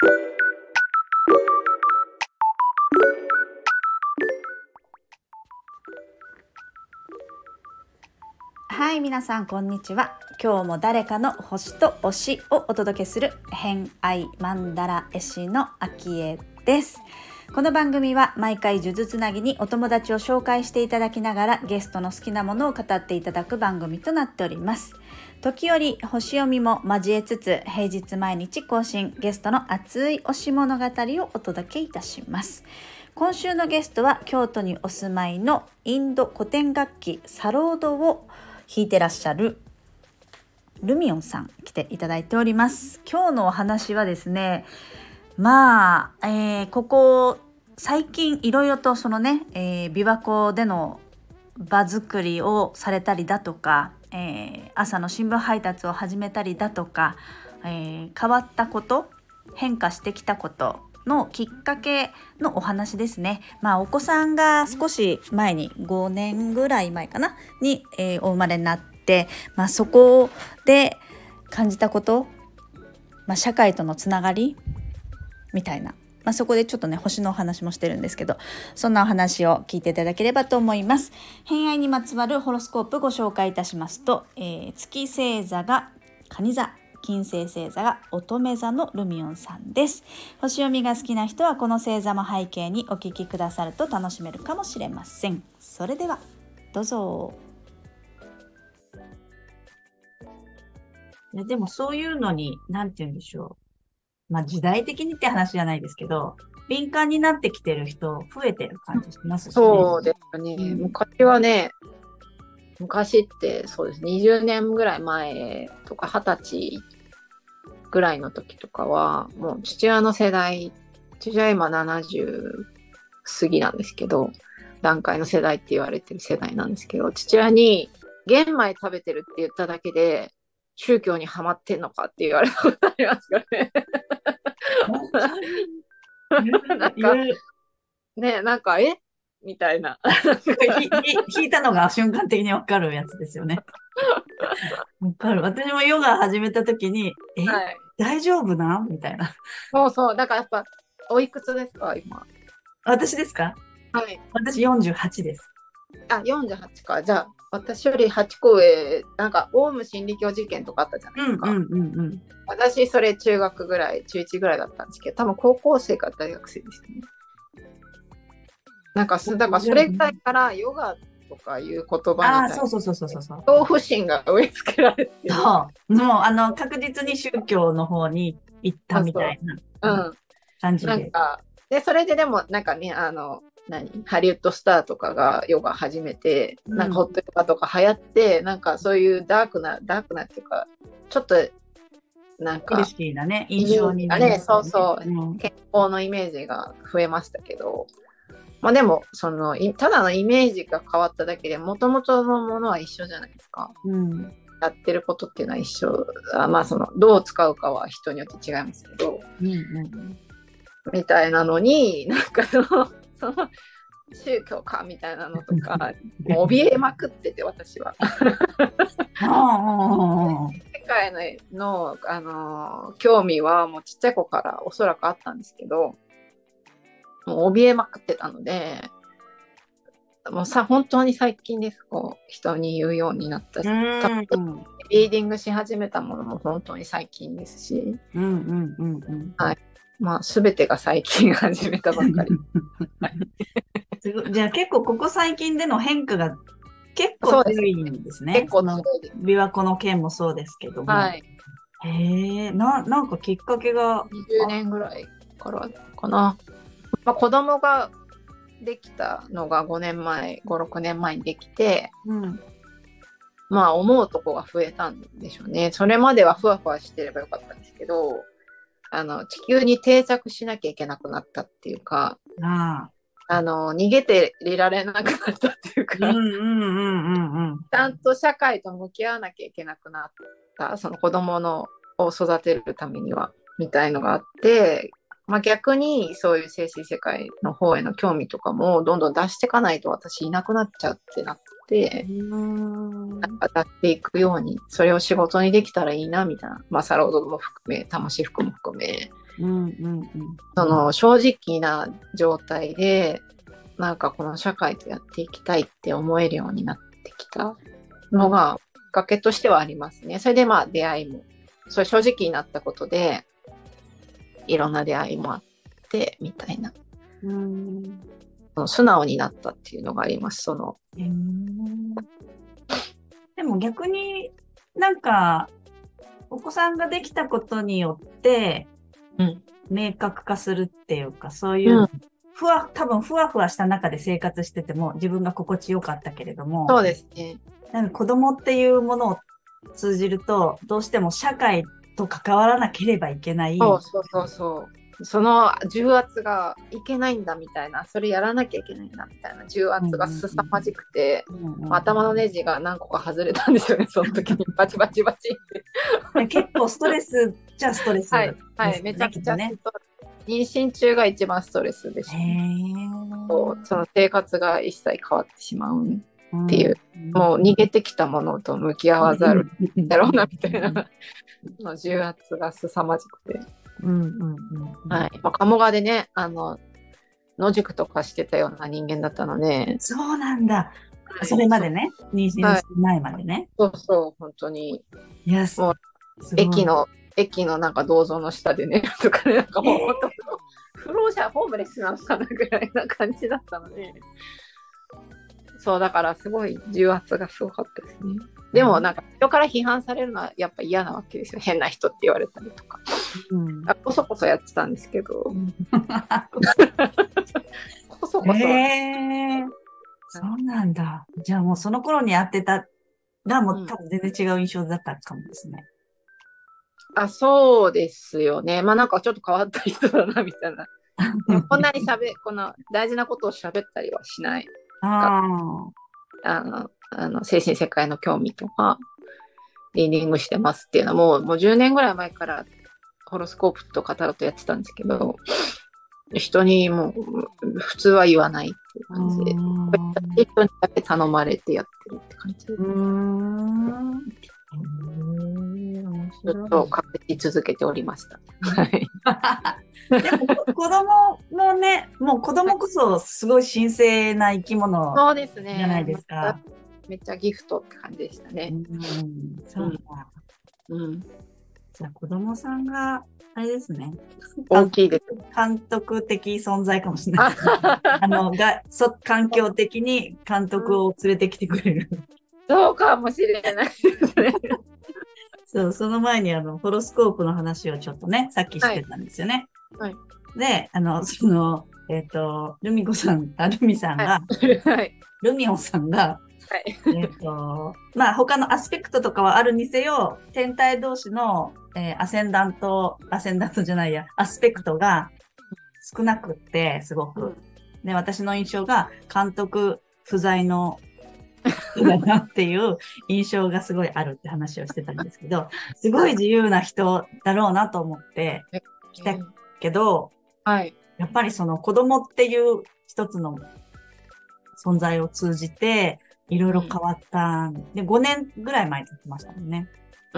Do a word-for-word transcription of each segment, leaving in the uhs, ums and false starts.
はい、皆さんこんにちは。今日も誰かの星と推しをお届けする偏愛マンダラ絵師のあきえです。この番組は毎回数珠つなぎにお友達を紹介していただきながらゲストの好きなものを語っていただく番組となっております。時折星読みも交えつつ平日毎日更新、ゲストの熱い推し物語をお届けいたします。今週のゲストは京都にお住まいのインド古典楽器サロードを弾いてらっしゃるルミオンさん来ていただいております。今日のお話はですね、まあ、えー、ここ最近いろいろとそのね、えー、琵琶湖での場作りをされたりだとか、えー、朝の新聞配達を始めたりだとか、えー、変わったこと、変化してきたことのきっかけのお話ですね。まあお子さんが少し前にごねんぐらい前かなに、えー、お生まれになって、まあ、そこで感じたこと、まあ、社会とのつながりみたいな、まあ、そこでちょっとね星のお話もしてるんですけど、そんなお話を聞いていただければと思います。偏愛にまつわるホロスコープご紹介いたしますと、えー、月星座が蟹座、金星星座が乙女座のルミオンさんです。星読みが好きな人はこの星座も背景にお聞きくださると楽しめるかもしれません。それではどうぞ。いやでもそういうのに何て言うんでしょう、まあ時代的にって話じゃないですけど、敏感になってきてる人増えてる感じしますしね。 そうですね、 うん、 昔はね、昔ってそうですね、にじゅうねんぐらい前とかはたちぐらいの時とかはもう父親の世代、父親は今ななじゅう過ぎなんですけど、段階の世代って言われてる世代なんですけど、父親に玄米食べてるって言っただけで宗教にはまってんのかって言われたことありますよね。なんかね、なんかえみたいな聞いたのが瞬間的に分かるやつですよね。分かる。私もヨガ始めた時にえ、はい、大丈夫なみたいな。 そうそう。だからやっぱおいくつですか今？ 私ですか？ はい。 私よんじゅうはちです。 あ、よんじゅうはちか。じゃあ私よりはちこ上、なんかオウム真理教事件とかあったじゃないですか。うんうんうんうん、私それ中学ぐらい、中いちぐらいだったんですけど、多分高校生か大学生ですよね。なんかだからそれぐらいからヨガとかいう言葉に対して恐怖心が植え付けられてる。 そう、もうあの確実に宗教の方に行ったみたいな感じで。 うん、なんかでそれででもなんかね、あの何ハリウッドスターとかがヨガ始めて、うん、なんかホットヨガとか流行って、なんかそういうダークなダークなっていうかちょっとなんか嬉しいなね印象になね、そうそう、うん、健康のイメージが増えましたけど。まあ、でもそのただのイメージが変わっただけで元々のものは一緒じゃないですか、うん、やってることっていうのは一緒。あ、まあそのどう使うかは人によって違いますけど、うんうん、みたいなのになんかそのその宗教かみたいなのとかもう怯えまくってて私は世界の、の、あの興味はもうちっちゃい子からおそらくあったんですけど、もう怯えまくってたので、もうさ本当に最近です、こう人に言うようになったし、リーディングし始めたものも本当に最近ですし、うんうんうんうん、はい、まあ全てが最近始めたばっかりじゃあ結構ここ最近での変化が結構強いんですね。 結構強いです。 琵琶湖の件もそうですけども、 はい、 へえ、な、なんかきっかけがにじゅうねんぐらいからかな。まあ、子供ができたのがごねんまえ、ご、ろくねんまえにできて、うん、まあ思うとこが増えたんでしょうね。それまではふわふわしてればよかったんですけど、あの地球に定着しなきゃいけなくなったっていうか、ああの逃げていられなくなったっていうか、ちゃんと社会と向き合わなきゃいけなくなった、その子供のを育てるためにはみたいのがあって、まあ、逆にそういう精神世界の方への興味とかもどんどん出していかないと私いなくなっちゃうってなって、なんか出していくように、それを仕事にできたらいいなみたいな、まあ、サロードも含め魂服も含めうんうんうん、 その正直な状態でなんかこの社会とやっていきたいって思えるようになってきたのがきっかけとしてはありますね。それでまあ出会いも、それ正直になったことでいろんな出会いもあってみたいな、うん、素直になったっていうのがあります。その、 うん、でも逆になんかお子さんができたことによって、うん、明確化するっていうか、そういう、うん、ふわ、多分ふわふわした中で生活してても自分が心地よかったけれども、 そうですね。 なんか子供っていうものを通じると、どうしても社会と関わらなければいけない。 そうそうそうそう。その重圧がいけないんだみたいな、それやらなきゃいけないんだみたいな重圧がすさまじくて、うんうんうん、頭のネジが何個か外れたんですよね、その時にバチバチバチって。 結構ストレスじゃストレス、ね、 はい、はい、めちゃくちゃ、ね、妊娠中が一番ストレスでした、ね。その生活が一切変わってしまうっていう、うん、もう逃げてきたものと向き合わざるだろうなみたいなの重圧がすさまじくて。うんうんうんうん、はい。まあ、鴨川でね、あの、野宿とかしてたような人間だったので。 そうなんだ。それまでね、妊娠する前までね。 はい、そうそう、本当に。いや、もう、駅の、駅のなんか銅像の下でね、とかね、なんかもう、えー、本当、不老者、ホームレスなのかなぐらいな感じだったので。そう、だからすごい重圧がすごかったですね。でもなんか人から批判されるのはやっぱ嫌なわけですよ。変な人って言われたりとか。うん、あこそこそやってたんですけど。こそこそ。 えー、そうなんだ。じゃあもうその頃に会ってたらもう多分全然違う印象だったかもですね。 うん、あ、そうですよね。まあなんかちょっと変わった人だなみたいな。こんなに喋、この大事なことを喋ったりはしない。ああのあの精神世界の興味とかリーディングしてますっていうのはもう、もうじゅうねんぐらい前からホロスコープとかタロットやってたんですけど、人にもう普通は言わないっていう感じで、人にだけ頼まれてやってるって感じで、うーん、ずっと隠し続けておりました。 でも子供もね、もう子供こそすごい神聖な生き物そうですね。 じゃないですか。 めっちゃギフトって感じでしたね。うん、 そうだ。うん。じゃあ子供さんがあれですね。 大きいです。 監督的存在かもしれないです、ね。あのがそ環境的に監督を連れてきてくれる。 そうかもしれないですね。 そう、その前にあのホロスコープの話をちょっとね、さっきしてたんですよね。はい。はい、で、あのそのえっ、ー、とルミ子さん、あルミさんが、はい、ルミオンさんが。はい、えっと、まあ他のアスペクトとかはあるにせよ、天体同士の、えー、アセンダント、アセンダントじゃないや、アスペクトが少なくって、すごく。で、私の印象が監督不在のだなっていう印象がすごいあるって話をしてたんですけど、すごい自由な人だろうなと思ってきたけど、はい、やっぱりその子供っていう一つの存在を通じて、いろいろ変わった、うん。で、ごねんぐらい前に言ってましたもんね。 うん、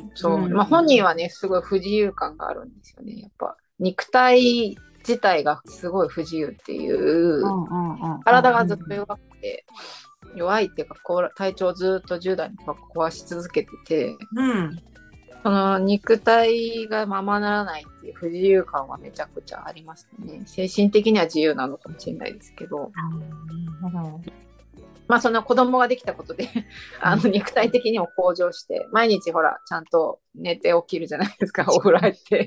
そう。うん、まあ本人はね、すごい不自由感があるんですよね。やっぱ、肉体自体がすごい不自由っていう、体がずっと弱くて、弱いっていうか、こう体調ずっとじゅう代に壊し続けてて、うん、その肉体がままならないっていう不自由感はめちゃくちゃありますね。精神的には自由なのかもしれないですけど。うんまあその子供ができたことであの肉体的にも向上して毎日ほらちゃんと寝て起きるじゃないですかお風呂入って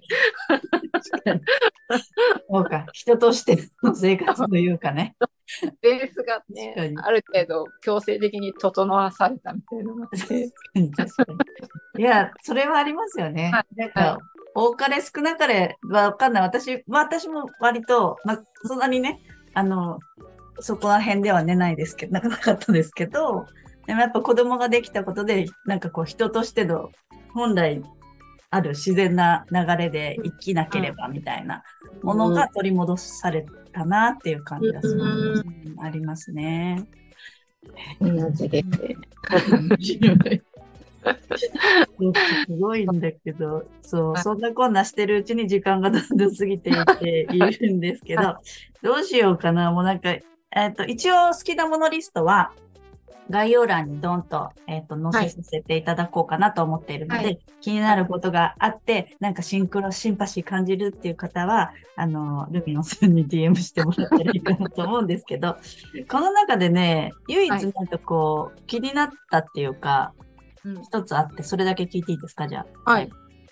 そうか人としての生活というかねベースがねある程度強制的に整わされたみたいなのがあっていやそれはありますよね、はい、なんか、はい、多かれ少なかれは分かんない私、まあ、私も割と、まあ、そんなにねあのそこら辺では寝ないですけど、なかなかったですけど、でもやっぱ子供ができたことで、なんかこう人としての本来ある自然な流れで生きなければみたいなものが取り戻されたなっていう感じがする、うん、ありますね。 同じです。 すごいんだけど、そう、そんなこんなしてるうちに時間がどんどん過ぎていっているんですけど、どうしようかな。もうなんか、えっと、一応好きなものリストは概要欄にドンと、えっと、載せさせていただこうかなと思っているので、はい、気になることがあって、なんかシンクロ、シンパシー感じるっていう方は、あの、ルミオンさんに ディーエム してもらったらいいかなと思うんですけど、この中でね、唯一なんかこう、はい、気になったっていうか、一つあって、それだけ聞いていいですか、じゃあ。はい。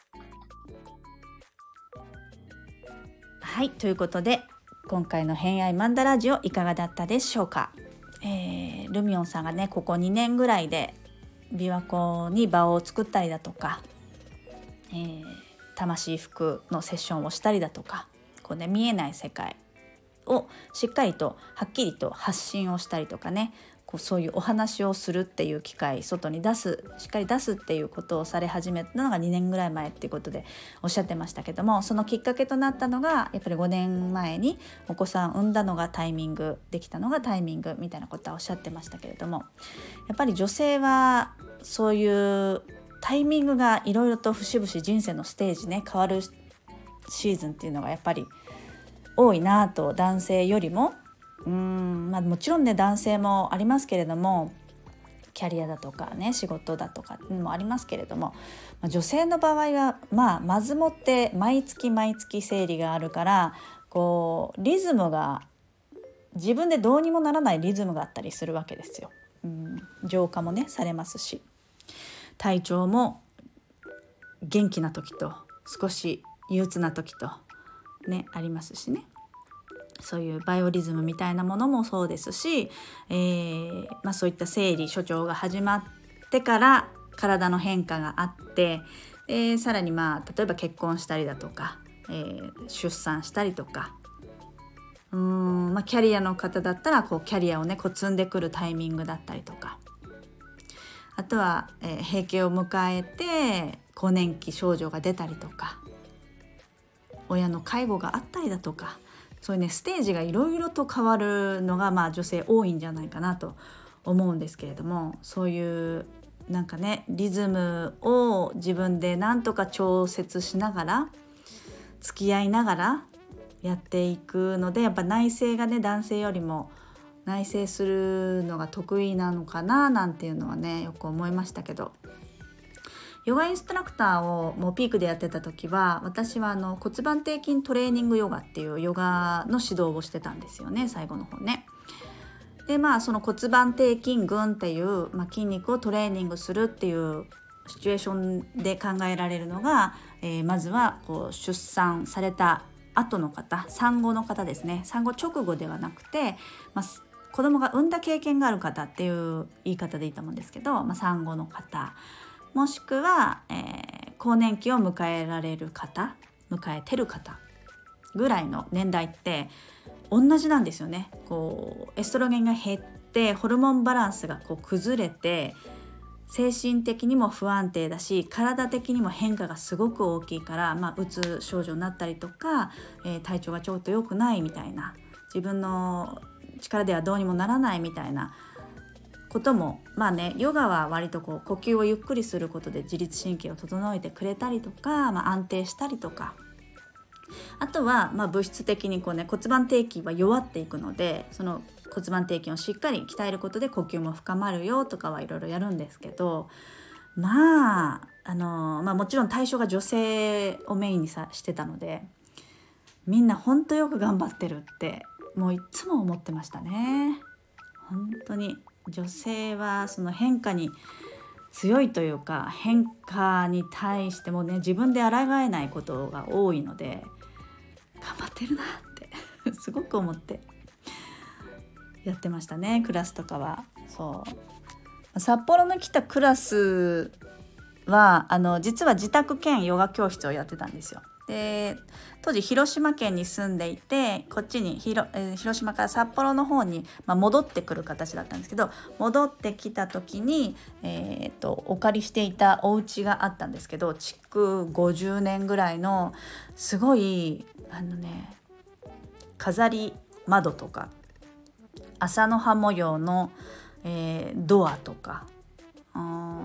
はい、ということで、今回の偏愛マンダラジオいかがだったでしょうか。えー、ルミオンさんがね、ここにねんぐらいで琵琶湖に場を作ったりだとか、えー、魂服のセッションをしたりだとか、こうね、見えない世界をしっかりとはっきりと発信をしたりとかね、こうそういうお話をするっていう機会、外に出す、しっかり出すっていうことをされ始めたのがにねんぐらい前っていうことでおっしゃってましたけども、そのきっかけとなったのがやっぱりごねんまえにお子さん産んだのがタイミング、できたのがタイミングみたいなことはおっしゃってましたけれども、やっぱり女性はそういうタイミングがいろいろと節々人生のステージね、変わるシーズンっていうのがやっぱり多いなと、男性よりもうーん、まあ、もちろんね男性もありますけれども、キャリアだとかね、仕事だとかもありますけれども、まあ、女性の場合は、まあ、まずもって毎月毎月生理があるから、こうリズムが自分でどうにもならないリズムがあったりするわけですよ。うん、浄化もねされますし、体調も元気な時と少し憂鬱な時とねありますしね。そういうバイオリズムみたいなものもそうですし、えーまあ、そういった生理初潮が始まってから体の変化があって、えー、さらにまあ例えば結婚したりだとか、えー、出産したりとか、うーん、まあ、キャリアの方だったらこうキャリアをねこう積んでくるタイミングだったりとか、あとは、えー、閉経を迎えて更年期症状が出たりとか、親の介護があったりだとか、そういうねステージがいろいろと変わるのが、まあ女性多いんじゃないかなと思うんですけれども、そういうなんかねリズムを自分でなんとか調節しながら付き合いながらやっていくので、やっぱ内省がね男性よりも内省するのが得意なのかななんていうのはねよく思いましたけど、ヨガインストラクターをもうピークでやってた時は、私はあの骨盤底筋トレーニングヨガっていうヨガの指導をしてたんですよね、最後の方ね。でまあその骨盤底筋群っていう、まあ、筋肉をトレーニングするっていうシチュエーションで考えられるのが、えー、まずはこう出産された後の方、産後の方ですね。産後直後ではなくて、まあ、子供が産んだ経験がある方っていう言い方でいいと思うんですけど、まあ、産後の方もしくは、えー、更年期を迎えられる方、迎えてる方ぐらいの年代って同じなんですよね。こうエストロゲンが減ってホルモンバランスがこう崩れて、精神的にも不安定だし体的にも変化がすごく大きいから、まあ、うつ症状になったりとか、えー、体調がちょっと良くないみたいな、自分の力ではどうにもならないみたいなことも、まあねヨガは割とこう呼吸をゆっくりすることで自律神経を整えてくれたりとか、まあ、安定したりとか、あとはまあ物質的にこう、ね、骨盤底筋は弱っていくので、その骨盤底筋をしっかり鍛えることで呼吸も深まるよとかはいろいろやるんですけど、まああのまあもちろん対象が女性をメインにさしてたので、みんな本当よく頑張ってるってもういつも思ってましたね。本当に女性はその変化に強いというか、変化に対してもね自分で抗えないことが多いので、頑張ってるなってすごく思ってやってましたね、クラスとかは。そう札幌の来たクラスはあの実は自宅兼ヨガ教室をやってたんですよ。で当時広島県に住んでいて、こっちにひろ、えー、広島から札幌の方に、まあ、戻ってくる形だったんですけど、戻ってきた時に、えー、とお借りしていたお家があったんですけど、築ごじゅうねんぐらいのすごいあのね飾り窓とか麻の葉模様の、えー、ドアとか、うーん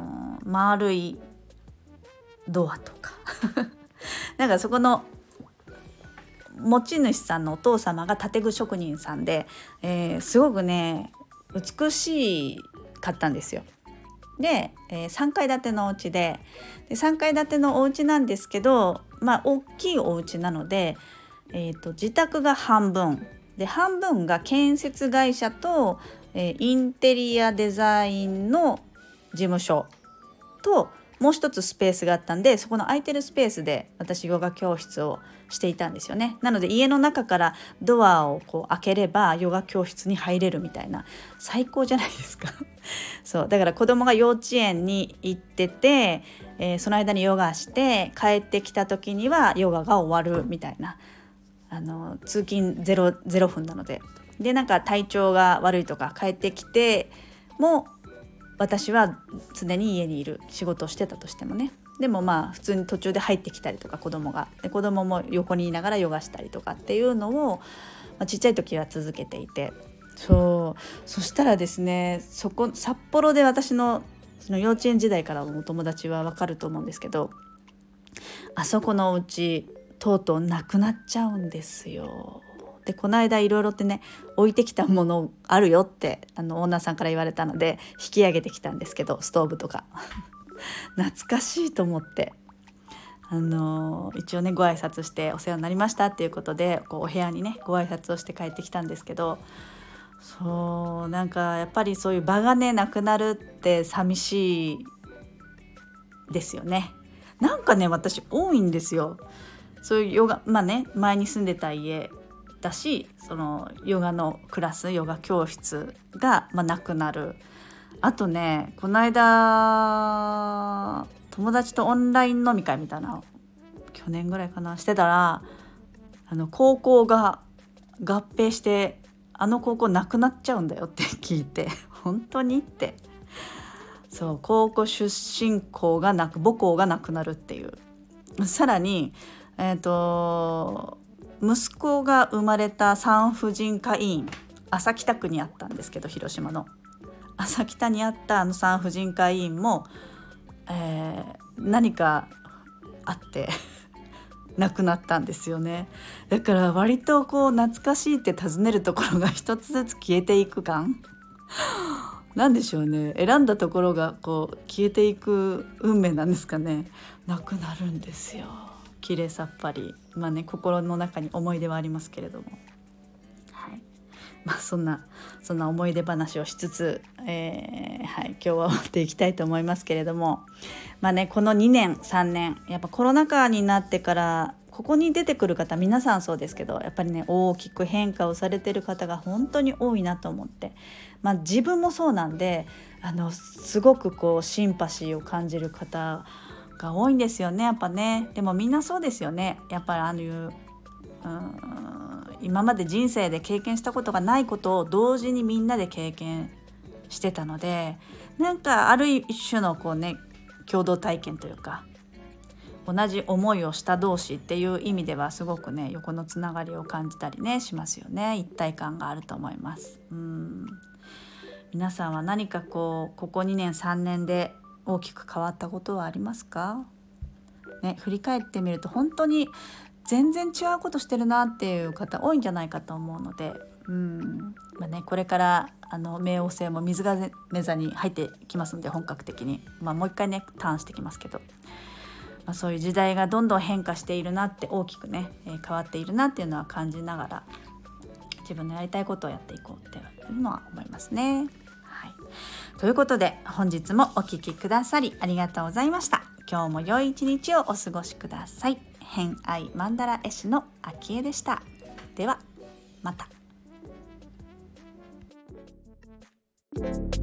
丸いドアとかなんかそこの持ち主さんのお父様が建具職人さんで、えー、すごくね美しかったんですよ。で、えー、さんかい建てのお家で、でさんかい建てのお家なんですけど、まあ大きいお家なので、えーと、自宅が半分で半分が建設会社と、えー、インテリアデザインの事務所ともう一つスペースがあったんで、そこの空いてるスペースで私ヨガ教室をしていたんですよね。なので家の中からドアをこう開ければヨガ教室に入れるみたいな、最高じゃないですかそうだから子供が幼稚園に行ってて、えー、その間にヨガして帰ってきた時にはヨガが終わるみたいな、あの通勤ゼロ、ゼロふんなので、でなんか体調が悪いとか帰ってきても私は常に家にいる、仕事をしてたとしてもね。でもまあ普通に途中で入ってきたりとか子供がで子供も横にいながらヨガしたりとかっていうのを、まあ、ちっちゃい時は続けていて、そうそしたらですね、そこ札幌で私のその幼稚園時代からのお友達は分かると思うんですけど、あそこのお家とうとうなくなっちゃうんですよ。でこの間いろいろってね置いてきたものあるよってあのオーナーさんから言われたので引き上げてきたんですけど、ストーブとか懐かしいと思って、あの一応ねご挨拶してお世話になりましたっていうことでこうお部屋にねご挨拶をして帰ってきたんですけど、そうなんかやっぱりそういう場がねなくなるって寂しいですよね。なんかね私多いんですよ、そういうヨガ、まあね前に住んでた家だし、そのヨガのクラスヨガ教室が、まあ、なくなる。あとねこの間友達とオンライン飲み会みたいな去年ぐらいかなしてたら、あの高校が合併してあの高校なくなっちゃうんだよって聞いて本当にって、そう高校出身校がなく母校がなくなるっていう。さらにえっと息子が生まれた産婦人科医院、朝北区にあったんですけど、広島の朝北にあったあの産婦人科医院も、えー、何かあってなくなったんですよね。だから割とこう懐かしいって尋ねるところが一つずつ消えていく感なんでしょうね。選んだところがこう消えていく運命なんですかね。なくなるんですよ。きれいさっぱり、まあね心の中に思い出はありますけれども、はい、まあそんなそんな思い出話をしつつ、えーはい、今日は終わっていきたいと思いますけれども、まあねこのにねんさんねんやっぱコロナ禍になってからここに出てくる方皆さんそうですけど、やっぱりね大きく変化をされてる方が本当に多いなと思って、まあ自分もそうなんで、あのすごくこうシンパシーを感じる方が多いんですよね、やっぱね。でもみんなそうですよね。やっぱりあのいう、うん今まで人生で経験したことがないことを同時にみんなで経験してたので、なんかある一種のこうね共同体験というか、同じ思いをした同士っていう意味ではすごくね横のつながりを感じたりねしますよね。一体感があると思います。うん皆さんは何かこうここにねんさんねんで大きく変わったことはありますか、ね、振り返ってみると本当に全然違うことしてるなっていう方多いんじゃないかと思うので、うんまあね、これからあの冥王星も水亀座に入ってきますので本格的に、まあ、もう一回ねターンしてきますけど、まあ、そういう時代がどんどん変化しているなって、大きくね、えー、変わっているなっていうのは感じながら自分のやりたいことをやっていこうっていうのは思いますね。はい、ということで本日もお聞きくださりありがとうございました。今日も良い一日をお過ごしください。偏愛マンダラ絵師のあきえでした。ではまた。